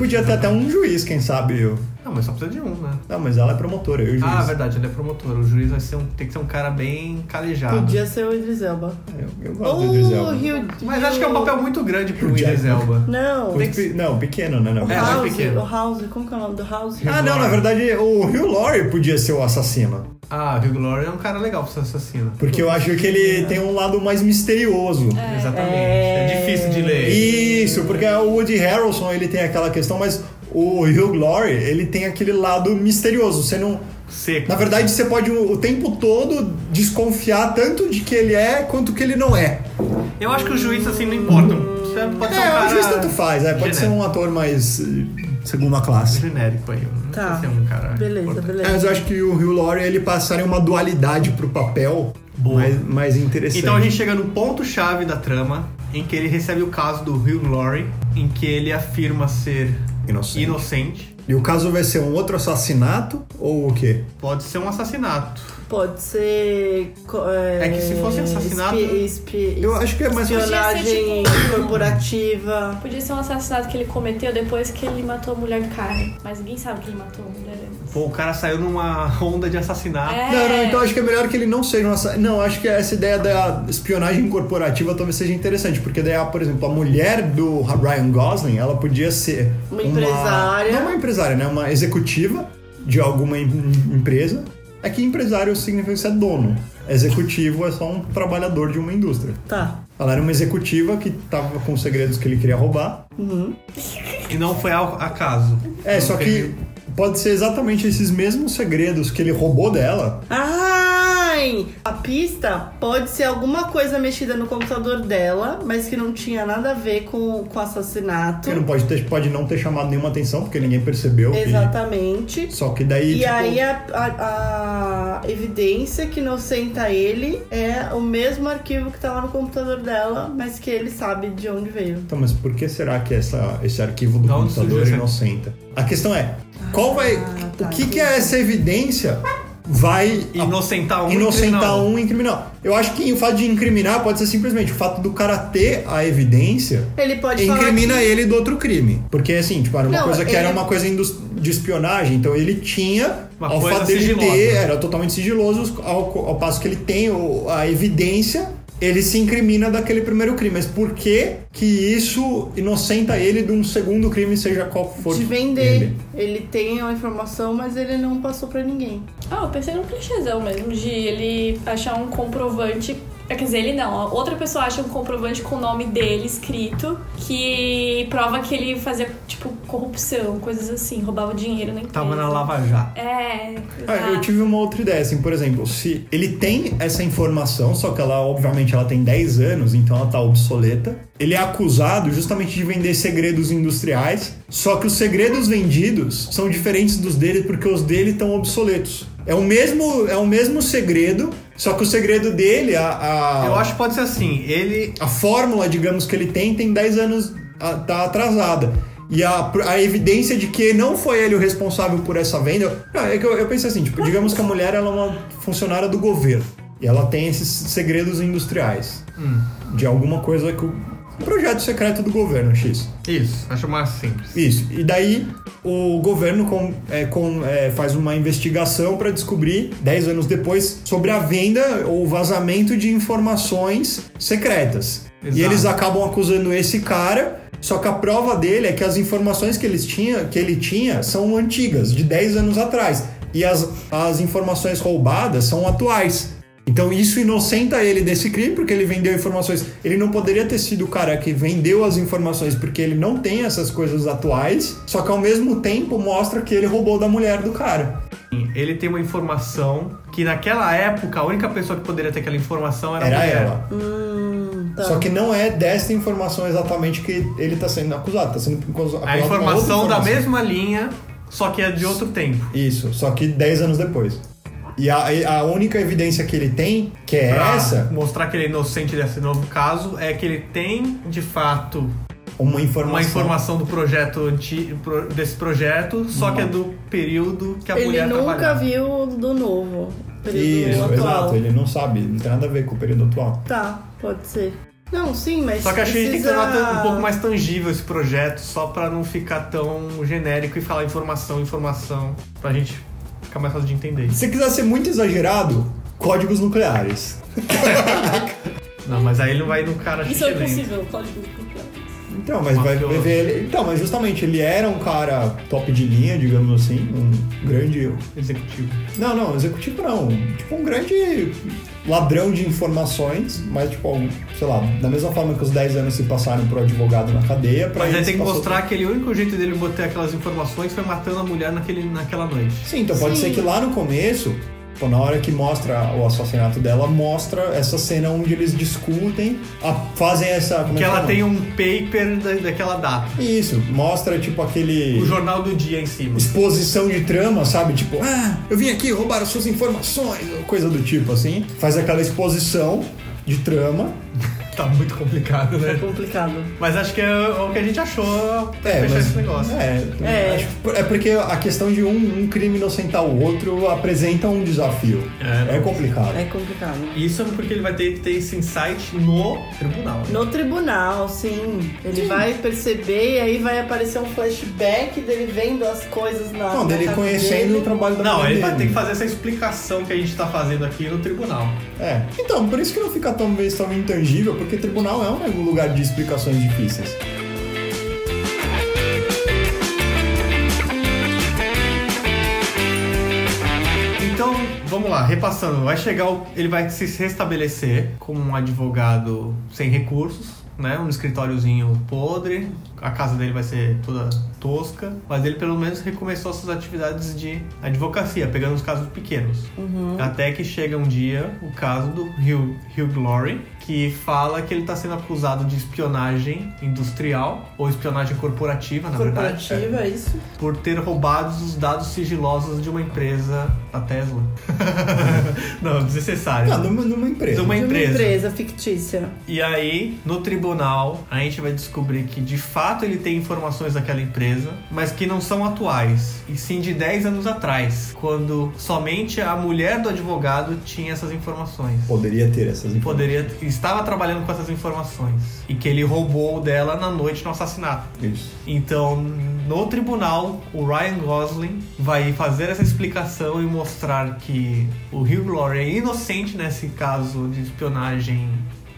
B: podia ter até um juiz, quem sabe.
A: Não, mas só precisa de um, né?
B: Não, mas ela é promotora, eu e o juiz.
A: Ah, verdade, ele é promotor. O juiz tem que ser um cara bem calejado.
D: Podia ser o Idris Elba.
B: Eu gosto do Idris Elba.
A: Mas acho que é um papel muito grande pro Idris Elba.
D: Não.
B: Não, pequeno, né?
D: O
A: mais
D: House,
A: pequeno.
D: o House, como que é o nome do House?
B: Ah, não, na verdade o Hugh Laurie podia ser o assassino.
A: Ah, o Hugh Laurie é um cara legal pra ser assassino.
B: Porque eu acho que ele tem um lado mais misterioso.
A: Exatamente. É difícil de ler.
B: Isso, porque o Woody Harrelson, ele tem aquela questão, mas o Hugh Laurie, ele tem aquele lado misterioso. Você não...
A: Seco.
B: Na verdade, você pode o tempo todo desconfiar tanto de que ele é quanto que ele não é.
A: Eu acho que os juízes assim não importam. Você pode ser um cara
B: o juiz tanto faz, pode ser um ator mais segunda classe.
A: genérico aí. Não
D: Tá.
A: precisa ser um cara
D: Beleza,
A: importante.
D: beleza.
B: Mas eu acho que o Hugh Laurie, ele passaria uma dualidade pro papel mais interessante.
A: Então a gente chega no ponto-chave da trama, em que ele recebe o caso do Hugh Laurie, em que ele afirma ser inocente.
B: E o caso vai ser um outro assassinato ou o quê?
A: Pode ser um assassinato.
D: Pode ser...
A: É que se fosse assassinato...
B: Eu acho que é mais...
D: Espionagem corporativa.
C: Podia ser um assassinato que ele cometeu depois que ele matou a mulher do cara. Mas ninguém sabe que ele matou a mulher antes.
A: Pô, o cara saiu numa onda de assassinato.
B: Não, então acho que é melhor que ele não seja um assassinato. Não, acho que essa ideia da espionagem corporativa talvez seja interessante. Porque daí, por exemplo, a mulher do Ryan Gosling, ela podia ser
D: Uma empresária.
B: Não uma empresária, né? Uma executiva de alguma empresa. É que empresário significa ser dono. Executivo é só um trabalhador de uma indústria.
D: Tá.
B: Ela era uma executiva que tava com segredos que ele queria roubar.
A: E não foi ao acaso.
B: Só que pode ser exatamente esses mesmos segredos que ele roubou dela.
D: Ai! A pista pode ser alguma coisa mexida no computador dela, mas que não tinha nada a ver com o assassinato.
B: Que não pode não ter chamado nenhuma atenção, porque ninguém percebeu.
D: Exatamente.
B: Só que daí,
D: E aí a evidência que inocenta ele é o mesmo arquivo que tá lá no computador dela, mas que ele sabe de onde veio.
B: Então, mas por que será que esse arquivo do computador inocenta? A questão é, o que é essa evidência vai
A: inocentar
B: um e criminal? Eu acho que o fato de incriminar pode ser simplesmente o fato do cara ter a evidência.
D: Ele pode
B: incrimina ele do outro crime. Porque assim, tipo, era uma coisa que era uma coisa de espionagem, então ele tinha
A: uma
B: ao
A: coisa
B: fato dele
A: sigilosa.
B: era totalmente sigiloso, ao passo que ele tem a evidência, ele se incrimina daquele primeiro crime. Mas por que isso inocenta ele de um segundo crime, seja qual for?
D: De vender. Ele tem a informação, mas ele não passou pra ninguém.
C: Eu pensei num clichêzão mesmo, de ele achar um comprovante. Quer dizer, ele não. Outra pessoa acha um comprovante com o nome dele escrito, que prova que ele fazia, tipo, corrupção, coisas assim, roubava dinheiro na empresa.
A: Tava na Lava Jato.
B: Eu tive uma outra ideia, assim, por exemplo, se ele tem essa informação, só que ela, obviamente, ela tem 10 anos, então ela tá obsoleta. Ele é acusado justamente de vender segredos industriais, só que os segredos vendidos são diferentes dos dele porque os dele estão obsoletos. É o mesmo segredo, só que o segredo dele,
A: eu acho que pode ser assim,
B: a fórmula, digamos, que ele tem 10 anos, tá atrasada. E a evidência de que não foi ele o responsável por essa venda... É que eu pensei assim, tipo, digamos que a mulher ela é uma funcionária do governo. E ela tem esses segredos industriais. De alguma coisa que... Um projeto secreto do governo, X.
A: Isso, acho mais simples.
B: Isso. E daí o governo faz uma investigação para descobrir, 10 anos depois, sobre a venda ou vazamento de informações secretas. Exato. E eles acabam acusando esse cara, só que a prova dele é que as informações que ele tinha são antigas, de 10 anos atrás. E as informações roubadas são atuais. Então isso inocenta ele desse crime, porque ele vendeu informações. Ele não poderia ter sido o cara que vendeu as informações, porque ele não tem essas coisas atuais, só que ao mesmo tempo mostra que ele roubou da mulher do cara.
A: Ele tem uma informação que naquela época a única pessoa que poderia ter aquela informação era a mulher.
B: Ela.
D: Tá.
B: Só que não é dessa informação exatamente que ele está sendo acusado. Está sendo acusado
A: a informação da mesma linha, só que é de outro tempo.
B: Isso, só que 10 anos depois. E a única evidência que ele tem, que é essa...
A: mostrar que ele é inocente desse novo caso, é que ele tem, de fato,
B: uma informação
A: do projeto desse projeto, só que é do período que a mulher trabalhava.
D: Ele nunca viu do novo.
B: Isso,
D: atual.
B: Exato. Ele não sabe, não tem nada a ver com o período atual.
D: Tá, pode ser. Não, sim, mas
A: Só que acho que a gente tem que
D: precisa-
A: tornar um pouco mais tangível esse projeto, só pra não ficar tão genérico e falar informação, pra gente ficar mais fácil de entender.
B: Se você quiser ser muito exagerado, códigos nucleares.
A: Não, mas aí ele não vai no cara
C: Isso é
A: xixi
C: impossível, código.
B: Então, mas vai
A: Mafioso.
B: ver ele. Então, mas justamente ele era um cara top de linha, digamos assim, um grande.
A: executivo.
B: Não, executivo não. Tipo, um grande ladrão de informações, mas, tipo, sei lá, da mesma forma que os 10 anos se passaram pro advogado na cadeia, pra
A: Mas
B: ele
A: aí
B: se
A: tem que
B: passou-
A: mostrar que o único jeito dele botar aquelas informações foi matando a mulher naquela noite.
B: Sim, então pode
D: Sim.
B: ser que lá no começo, pô, na hora que mostra o assassinato dela, mostra essa cena onde eles discutem, fazem essa... como é
A: Que ela
B: chama?
A: tem um paper daquela data.
B: Isso, mostra tipo aquele...
A: O jornal do dia em cima.
B: exposição de trama, sabe? Tipo, eu vim aqui roubar as suas informações, ou coisa do tipo, assim. Faz aquela exposição de trama.
A: Tá muito complicado,
D: É
A: né?
D: complicado.
A: Mas acho que é o que a gente achou pra fechar
B: mas...
A: esse negócio.
B: Acho que é porque a questão de um crime inocentar o outro apresenta um desafio. É complicado.
D: É complicado.
A: Isso é porque ele vai ter que ter esse insight no tribunal. Né?
D: No tribunal, sim. Ele vai perceber e aí vai aparecer um flashback dele vendo as coisas na.
B: Não,
D: na
B: dele
D: casa
B: conhecendo
D: dele.
B: o trabalho da
A: Não,
B: mulher
A: ele vai
B: dele.
A: ter que fazer essa explicação que a gente tá fazendo aqui no tribunal.
B: Então, por isso que não fica tão intangível, porque tribunal é um lugar de explicações difíceis.
A: Então, vamos lá, repassando. Ele vai se restabelecer como um advogado sem recursos, né? Um escritóriozinho podre. A casa dele vai ser toda tosca, mas ele pelo menos recomeçou suas atividades de advocacia, pegando os casos pequenos. Até que chega um dia o caso do Hugh Glory, que fala que ele está sendo acusado de espionagem industrial, ou espionagem corporativa, na verdade.
D: Corporativa, é isso.
A: Por ter roubado os dados sigilosos de uma empresa, a Tesla. Não, desnecessário.
B: Não, numa empresa.
A: De uma
D: De uma
A: empresa.
D: empresa fictícia.
A: E aí, no tribunal, a gente vai descobrir que de fato ele tem informações daquela empresa, mas que não são atuais, e sim de 10 anos atrás, quando somente a mulher do advogado tinha essas informações.
B: Poderia ter essas informações.
A: Estava trabalhando com essas informações. E que ele roubou dela na noite no assassinato.
B: Isso.
A: Então, no tribunal, o Ryan Gosling vai fazer essa explicação e mostrar que o Hugh Glory é inocente nesse caso de espionagem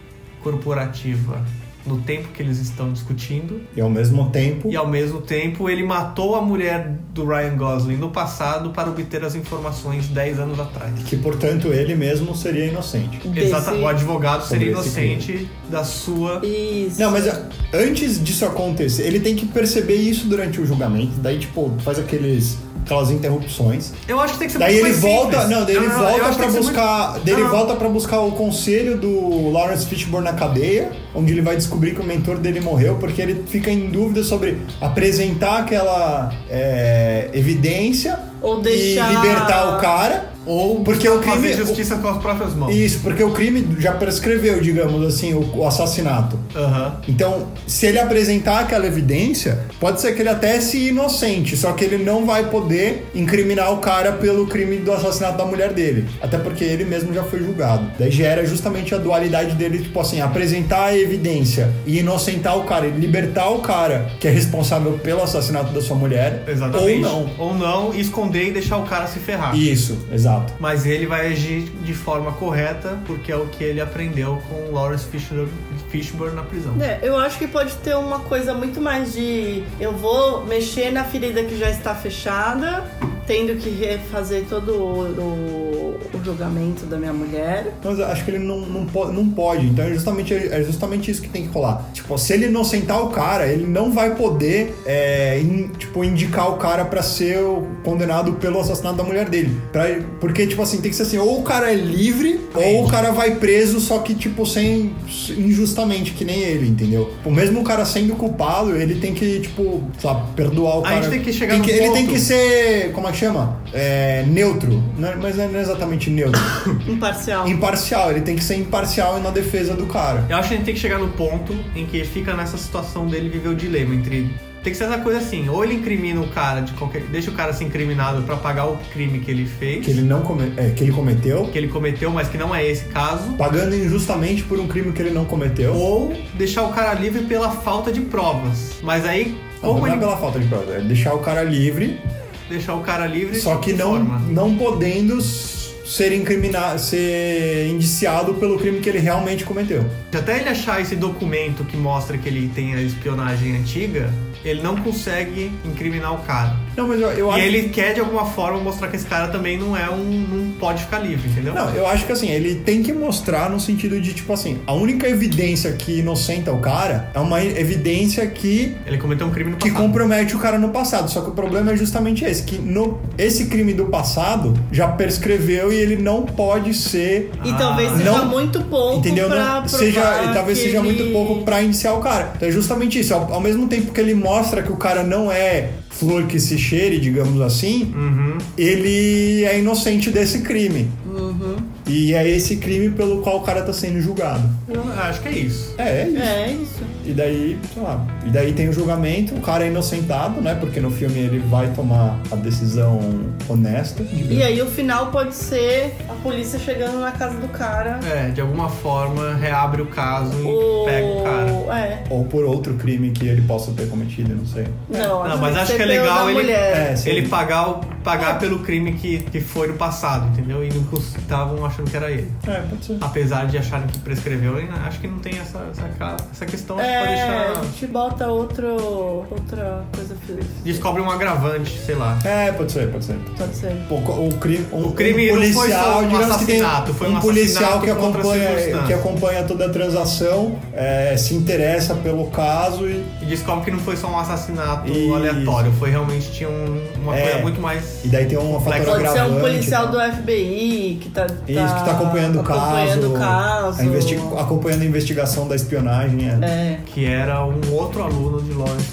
A: corporativa no tempo que eles estão discutindo.
B: E ao mesmo tempo...
A: E ao mesmo tempo ele matou a mulher do Ryan Gosling no passado para obter as informações 10 anos atrás.
B: Que, portanto, ele mesmo seria inocente.
A: Exato, o advogado seria
B: Sobre esse
A: inocente da sua...
D: Isso.
B: Não, mas antes disso acontecer, ele tem que perceber isso durante o julgamento. Daí, tipo, faz aquelas interrupções.
A: Eu acho que tem que ser
B: Daí
A: muito
B: ele
A: mais
B: volta,
A: simples.
B: não, daí ele
A: eu
B: volta
A: acho que
B: pra
A: tem que ser
B: buscar,
A: muito-
B: daí ele
A: Não,
B: volta para buscar o conselho do Lawrence Fishburne na cadeia, onde ele vai descobrir que o mentor dele morreu, porque ele fica em dúvida sobre apresentar aquela evidência
D: Ou deixar-
B: e libertar o cara.
A: Ou
B: Porque o crime-
A: fazer justiça com as próprias mãos.
B: Isso, porque o crime já prescreveu, digamos assim, o assassinato.
A: Aham.
B: Então, se ele apresentar aquela evidência, pode ser que ele até se inocente, só que ele não vai poder incriminar o cara pelo crime do assassinato da mulher dele. Até porque ele mesmo já foi julgado. Daí gera justamente a dualidade dele, tipo assim, apresentar a evidência e inocentar o cara, e libertar o cara que é responsável pelo assassinato da sua mulher.
A: Exatamente.
B: Ou não.
A: Ou não, esconder e deixar o cara se ferrar.
B: Isso, exato.
A: Mas ele vai agir de forma correta, porque é o que ele aprendeu com o Lawrence Fishburne na prisão.
D: Eu acho que pode ter uma coisa muito mais de eu vou mexer na ferida que já está fechada, tendo que refazer todo o julgamento da minha mulher.
B: Mas eu acho que ele não pode. Então é justamente isso que tem que rolar. Tipo, se ele inocentar o cara, ele não vai poder indicar o cara pra ser condenado pelo assassinato da mulher dele. Porque, tipo assim, tem que ser assim, ou o cara é livre, ou o cara vai preso, só que, tipo, injustamente, que nem ele, entendeu? O mesmo cara sendo culpado, ele tem que, tipo, sabe, perdoar o cara.
A: A gente tem que chegar no
B: Ele
A: ponto.
B: tem que ser, como é que chama? Neutro. Mas não é exatamente neutro.
D: Imparcial.
B: Imparcial, ele tem que ser imparcial na defesa do cara.
A: Eu acho que a gente tem que chegar no ponto em que fica nessa situação dele viver o dilema entre Tem que ser essa coisa assim, ou ele incrimina o cara deixa o cara ser incriminado pra pagar o crime que ele fez.
B: Que ele não que ele cometeu.
A: Que ele cometeu, mas que não é esse caso.
B: Pagando injustamente por um crime que ele não cometeu.
A: Ou deixar o cara livre pela falta de provas. Mas aí,
B: não é pela falta de provas, é deixar o cara livre.
A: Deixar o cara livre.
B: Só que não podendo ser indiciado pelo crime que ele realmente cometeu.
A: Até ele achar esse documento que mostra que ele tem a espionagem antiga, ele não consegue incriminar o cara.
B: Não, mas eu acho...
A: E ele quer, de alguma forma, mostrar que esse cara também não pode ficar livre, entendeu?
B: Não, eu acho que assim, ele tem que mostrar no sentido de, tipo assim, a única evidência que inocenta o cara é uma evidência que...
A: Ele cometeu um crime no passado.
B: Que compromete o cara no passado. Só que o problema é justamente esse, que esse crime do passado já prescreveu e ele não pode ser...
D: E talvez seja muito pouco,
B: entendeu?
D: Pra
B: talvez seja muito pouco pra iniciar o cara. Então é justamente isso. Ao mesmo tempo que ele mostra que o cara não é flor que se cheire, digamos assim, ele é inocente desse crime. E é esse crime pelo qual o cara tá sendo julgado.
A: Eu acho que é isso.
B: É isso.
D: É isso.
B: E daí, sei lá, tem o julgamento, o cara é inocentado, né? Porque no filme ele vai tomar a decisão honesta.
D: E aí o final pode ser a polícia chegando na casa do cara.
A: De alguma forma reabre o caso e pega o cara.
B: Ou por outro crime que ele possa ter cometido, não sei.
D: Não,
A: mas acho que é legal ele pagar pelo crime que foi no passado, entendeu? E não estavam achando que era ele.
B: Pode ser.
A: Apesar de acharem que prescreveu, acho que não tem essa questão.
D: A gente bota outra coisa.
A: Descobre um agravante, sei lá.
B: Pode ser.
D: Pode ser.
B: O
A: crime
B: policial,
A: não foi só um assassinato, foi um
B: policial
A: assassinato
B: que acompanha toda a transação, se interessa pelo caso e
A: descobre que não foi só um assassinato aleatório, foi realmente tinha uma coisa muito mais.
B: E daí tem um fator agravante.
D: Pode ser um policial do FBI que tá
B: acompanhando o caso. Acompanhando a investigação da espionagem.
A: Que era um outro aluno de Lawrence.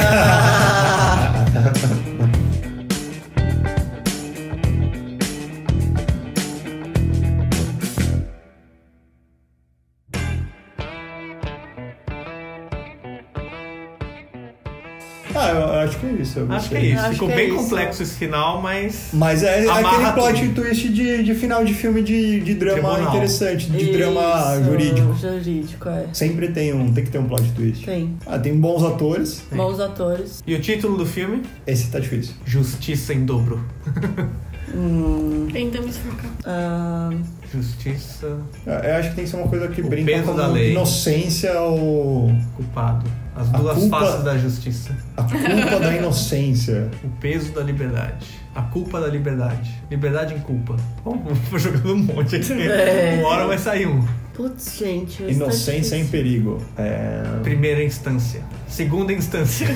B: Eu acho que é isso.
A: Acho que é isso. Ficou bem complexo esse final, mas...
B: Mas é aquele plot twist de final de filme de drama tribunal. Interessante, de drama jurídico.
D: Jurídico,
B: Sempre tem que ter um plot twist.
D: Tem.
B: Tem bons atores.
D: Bons atores.
A: E o título do filme?
B: Esse tá difícil.
A: Justiça em dobro.
C: Tentamos focar.
A: Justiça...
B: Eu acho que tem que ser uma coisa que
A: o
B: brinca
A: peso
B: com
A: da lei.
B: Inocência ou...
A: Culpado. As duas faces da justiça.
B: A culpa da inocência.
A: O peso da liberdade. A culpa da liberdade. Liberdade em culpa. Bom, vou jogando um monte aqui. Uma hora vai sair um.
D: Putz, gente.
B: Inocência em perigo.
A: Primeira instância. Segunda instância.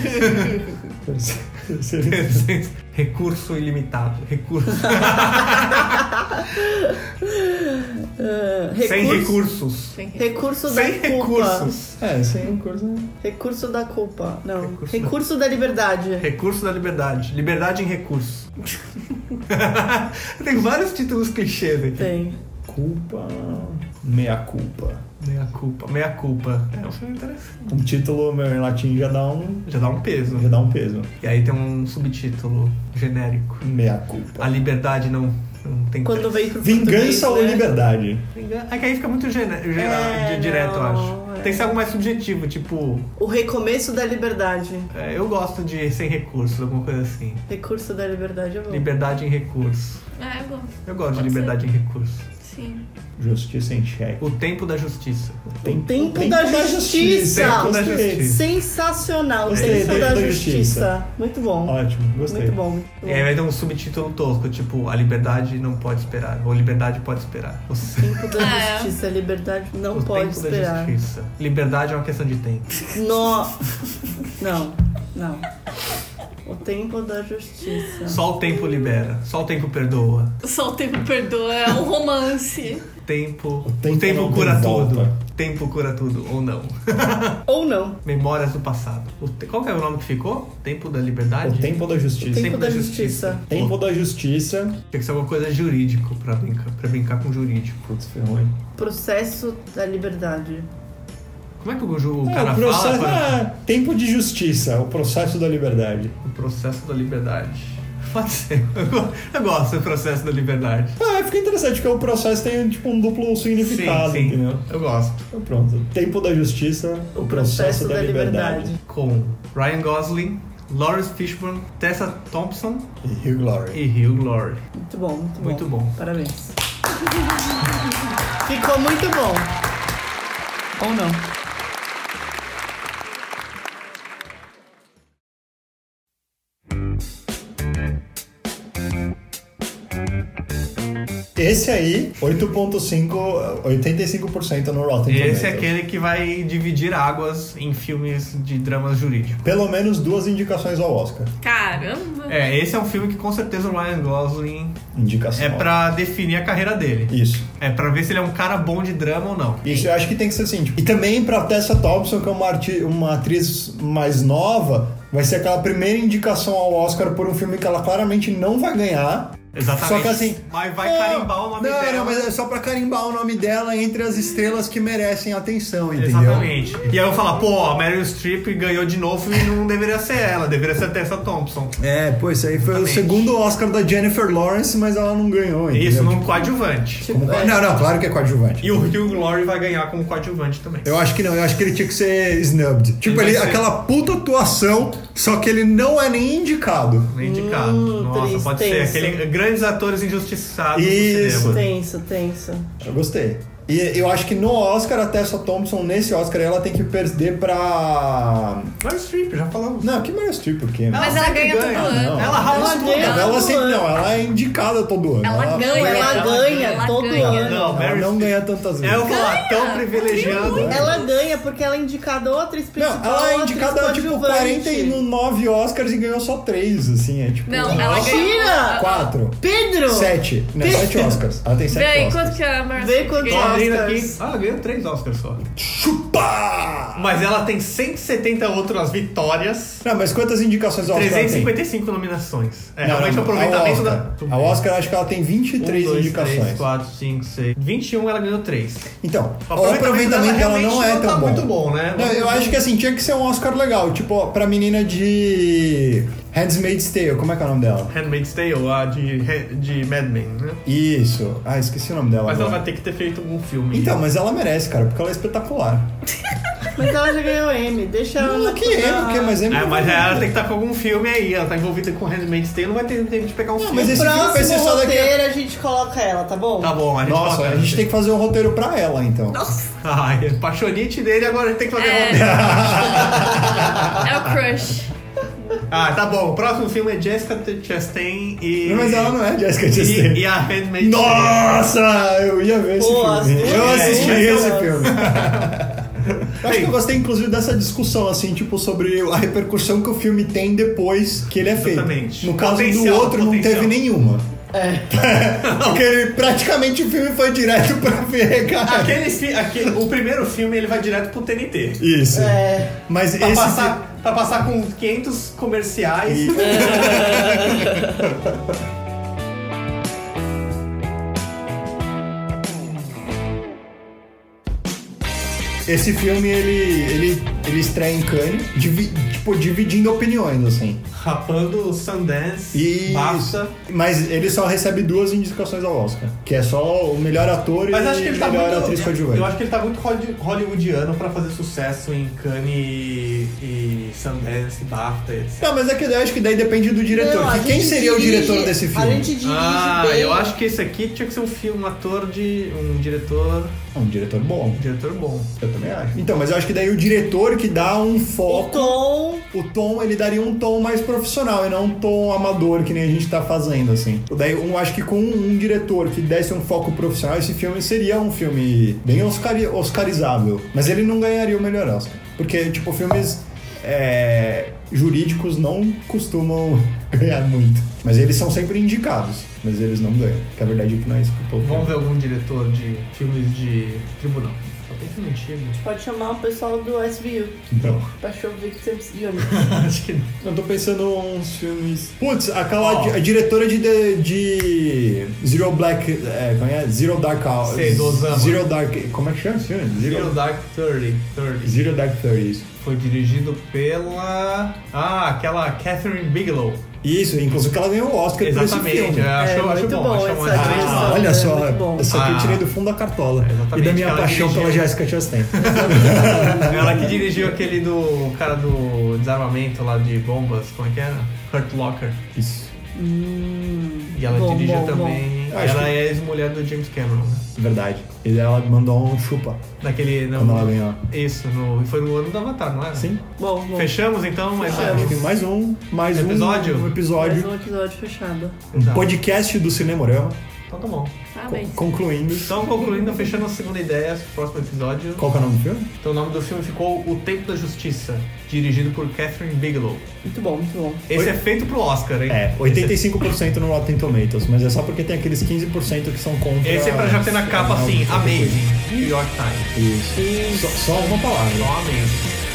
A: Recurso ilimitado. Sem recursos.
D: Recurso da
A: sem
D: culpa.
A: Recursos.
B: Sem recurso.
D: Recurso da culpa. Não. Recurso da liberdade.
A: Recurso da liberdade. Liberdade em recurso. Tem vários títulos clichês aqui.
D: Tem.
B: Culpa. Meia culpa.
A: Meia culpa. É um filme interessante.
B: Um título em latim já dá um peso.
A: E aí tem um subtítulo genérico.
B: Meia culpa.
A: A liberdade não tem...
D: Quando veio pro
B: Vingança ou liberdade?
A: É que aí fica muito direto, eu acho. Tem que ser algo mais subjetivo, tipo...
D: O recomeço da liberdade.
A: Eu gosto de sem recursos, alguma coisa assim.
D: Recurso da liberdade é bom.
A: Liberdade em recurso.
C: É bom.
A: Eu gosto de liberdade em recurso.
C: Sim.
B: Justiça em xeque.
A: O tempo da justiça.
D: O tempo da justiça. Sensacional. O tempo da justiça. Muito bom.
B: Ótimo, gostei.
D: Muito bom.
A: E aí vai ter um subtítulo tosco, tipo, a liberdade não pode esperar. Ou liberdade pode esperar.
D: O tempo da justiça. A liberdade não pode esperar.
A: O tempo da justiça. Liberdade é uma questão de tempo.
D: Não. O tempo da justiça.
A: Só o tempo libera. Só o tempo perdoa.
C: Só o tempo perdoa. É um romance.
A: O tempo cura tudo. Tempo cura tudo. Ou não.
D: Ou não.
A: Memórias do passado. Qual que é o nome que ficou? Tempo da liberdade?
B: O tempo da justiça.
D: O tempo da justiça.
B: Tempo da justiça.
A: Tem que ser alguma coisa jurídico pra brincar com jurídico.
B: Putz, ferrou, hein?
D: Processo da liberdade.
A: Como é que o cara
B: o processo,
A: fala?
B: tempo de justiça, o processo da liberdade.
A: O processo da liberdade. Pode ser. Eu gosto do processo da liberdade.
B: Fica interessante, porque o processo tem tipo um duplo significado,
A: sim,
B: entendeu?
A: Eu gosto.
B: Então pronto. Tempo da justiça, o processo da liberdade.
A: Com Ryan Gosling, Lawrence Fishburne, Tessa Thompson
B: E Hugh Laurie.
D: Muito bom, muito bom.
A: Muito bom.
D: Parabéns. Ficou muito bom. Ou não?
B: Esse aí, 85% no Rotten Tomatoes.
A: Esse é aquele que vai dividir águas em filmes de dramas jurídicos.
B: Pelo menos 2 indicações ao Oscar.
C: Caramba!
A: Esse é um filme que com certeza o Ryan Gosling
B: Indicação.
A: é pra definir a carreira dele.
B: Isso.
A: É pra ver se ele é um cara bom de drama ou não.
B: Isso eu acho que tem que ser assim. Tipo, e também pra Tessa Thompson, que é uma atriz mais nova, vai ser aquela primeira indicação ao Oscar por um filme que ela claramente não vai ganhar.
A: Exatamente.
B: Só que assim...
A: Mas vai carimbar o nome dela.
B: Não, mas é só pra carimbar o nome dela entre as estrelas que merecem atenção, entendeu?
A: Exatamente. E aí eu falar, pô, a Meryl Streep ganhou de novo e não deveria ser ela, deveria ser a Tessa Thompson.
B: Pô, isso aí foi
A: Exatamente.
B: o segundo Oscar da Jennifer Lawrence, mas ela não ganhou, entendeu?
A: Isso, num
B: Tipo,
A: coadjuvante.
B: Não, claro que é coadjuvante.
A: E o Hugh Laurie vai ganhar como coadjuvante também.
B: Eu acho que não, eu acho que ele tinha que ser snubbed. Tipo,
A: Ele vai ser.
B: aquela puta atuação, só que ele não é nem indicado.
A: Nem indicado. Nossa,
D: triste,
A: pode ser.
D: tenso.
A: Aquele grandes atores injustiçados
B: Isso.
A: do cinema.
D: Tenso.
B: Eu gostei. E eu acho que no Oscar, a Tessa Thompson, nesse Oscar, ela tem que perder pra...
A: Meryl Streep, já falamos.
B: Não, que Meryl Streep, por quê?
C: Mas ela
A: sempre
C: ganha todo
A: ganha.
C: ano.
B: Não.
A: Ela rala
D: Ela
A: tudo.
D: ganha.
B: Ela sempre não, ela é indicada todo ano.
C: Ela ganha.
D: Ela ganha todo ano.
A: Não,
B: Ela
A: Meryl
B: não
A: Streep.
B: ganha tantas vezes.
A: Eu vou falar, tão privilegiada.
D: Ela ganha porque ela é indicada ou atriz principal
B: Não, ela é
D: ou atriz
B: indicada tipo
D: coadjuvante.
B: 49 Oscars e ganhou só 3, assim, é tipo...
C: Não, ela ganhou.
D: Mentira!
B: 4.
D: Pedro!
B: 7. Não, 7 Oscars. Ela tem 7
C: Vê aí,
B: Oscars.
C: quanto que a Meryl
D: Vê
C: Streep
D: quantos
A: Tô
C: ganhou?
A: abrindo
D: Oscars.
A: aqui. Ela ganhou 3 Oscars só.
B: Chupa!
A: Mas ela tem 170 outras vitórias.
B: Não, mas quantas indicações ao Oscar ela tem?
A: 355 nominações. É
B: Não,
A: realmente o aproveitamento da.
B: A Oscar acho que ela tem 23
A: 1, 2,
B: indicações.
A: 3, 4, 5, 6. 21 ela ganhou 3.
B: Então, o aproveitamento dela não é tão
A: tá
B: bom.
A: muito bom, né?
B: Não, eu acho que assim, tinha que ser um Oscar legal. Tipo, pra menina de Handmaid's Tale, como é que é o nome dela?
A: Handmaid's Tale, a de Mad Men, né?
B: Isso. Esqueci o nome dela
A: Mas ela
B: agora.
A: vai ter que ter feito algum filme.
B: Então, mas ela merece, cara, porque ela é espetacular.
D: Mas ela já ganhou M, deixa ela...
B: Não, que M, porque mas M...
A: Mas ela tem que estar com algum filme aí. Ela tá envolvida com Handmaid's Tale, não vai ter tempo de pegar um filme.
B: mas
D: No
B: esse filme vai ser
D: próximo
B: só daqui a...
D: roteiro a gente coloca ela, tá bom?
A: Tá bom, a gente
B: Nossa,
A: coloca-
B: a gente tem que fazer um roteiro pra ela, então.
A: Ai, paixonite dele, agora a gente tem que fazer
C: É.
A: roteiro.
C: É o crush.
A: Ah, tá bom. O próximo filme é Jessica Chastain e...
B: Mas ela não é Jessica Chastain.
A: E a Handmaid's Tale.
B: Nossa, eu ia ver esse
D: Pô,
B: filme.
D: assiste.
B: Eu assisti
D: É,
B: esse
D: é.
B: filme. Eu acho que eu gostei, inclusive, dessa discussão, assim, tipo, sobre a repercussão que o filme tem depois que ele é feito.
A: Exatamente.
B: No caso do
A: Potencial,
B: outro, não
A: potencial.
B: teve nenhuma. Porque praticamente o filme foi direto pra VH.
A: O primeiro filme ele vai direto pro TNT.
B: Isso.
D: É.
B: Mas
A: Pra
B: esse...
A: passar com 500 comerciais.
B: Esse filme, ele estreia em Cannes, dividindo opiniões, assim.
A: Rapando Sundance,
B: Isso.
A: BAFTA.
B: Mas ele só recebe 2 indicações ao Oscar, que é só o melhor ator
A: Mas
B: e
A: acho que ele tá
B: melhor
A: muito.
B: atriz coadjuvante.
A: Eu acho que ele tá muito hollywoodiano pra fazer sucesso em Cannes e Sundance, BAFTA, etc.
B: Não, mas é que eu acho que daí depende do diretor.
D: Não, a
B: Que quem
D: gente
B: seria o
D: dirige-
B: diretor desse filme?
D: A gente dirige bem.
A: Eu acho que esse aqui tinha que ser um filme, um diretor
B: Um diretor bom.
A: bom.
B: Eu também acho. Então, mas eu acho que daí o diretor que dá um
D: O
B: foco.
D: tom...
B: O tom, ele daria um tom mais profissional e não um tom amador que nem a gente tá fazendo, assim. Daí, eu acho que com um diretor que desse um foco profissional, esse filme seria um filme bem oscarizável. Mas ele não ganharia o melhor Oscar. Porque, tipo, filmes jurídicos não costumam ganhar muito. Mas eles são sempre indicados. Mas eles não ganham. Porque a verdade é que não é isso que o povo
A: Vamos
B: quer.
A: ver algum diretor de filmes de tribunal. Só tem filme antigo.
D: Pode chamar o pessoal do SVU
B: Então.
D: pra show Victims Unit.
A: Acho que não.
B: Eu tô pensando uns filmes... Putz, aquela a diretora de Zero Black... como é? Zero Dark Hour.
A: Sei, do Osama.
B: Zero Dark... Como é que chama esse filme?
A: Zero Dark 30.
B: Zero Dark 30, isso.
A: Foi dirigido pela... aquela Catherine Bigelow.
B: Isso, inclusive que ela ganhou o Oscar por esse filme.
A: Exatamente, acho
D: muito
A: bom.
D: bom
A: Acho
D: essa
A: uma
D: direção.
A: excelente
B: Ah, olha
D: É
B: só,
D: muito bom.
B: essa aqui eu tirei do fundo da cartola.
A: Exatamente,
B: E da minha
A: ela
B: paixão
A: dirigiu.
B: pela Jessica Chastain.
A: Ela que dirigiu aquele do cara do desarmamento lá de bombas, como é que era? Hurt Locker.
B: Isso,
A: E ela
D: Bom,
A: dirigiu
D: bom,
A: também.
B: bom. Acho
A: Ela
B: que-
A: é ex-mulher do James Cameron, né?
B: verdade. E ela mandou um chupa
A: Naquele.
B: quando ela ganhou.
A: Isso, foi no ano do Avatar, não era?
B: Sim.
D: Bom, bom.
A: Fechamos então, mas
B: Acho que mais um
A: Episódio?
B: um
D: Mais
B: episódio.
D: um episódio fechado.
B: Um podcast do Cinemorama.
A: Então tá bom.
C: Parabéns.
B: Concluindo.
A: Então, concluindo, fechando a segunda ideia, próximo episódio.
B: Qual que é o nome do filme?
A: Então, o nome do filme ficou O Tempo da Justiça, dirigido por Catherine Bigelow.
D: Muito bom, muito bom.
A: Esse é feito pro Oscar, hein?
B: 85% no Rotten Tomatoes, mas é só porque tem aqueles 15% que são contra...
A: Esse é pra já ter na capa assim, Amazing, New York Times.
B: Isso. Só uma palavra.
A: Só Amazing.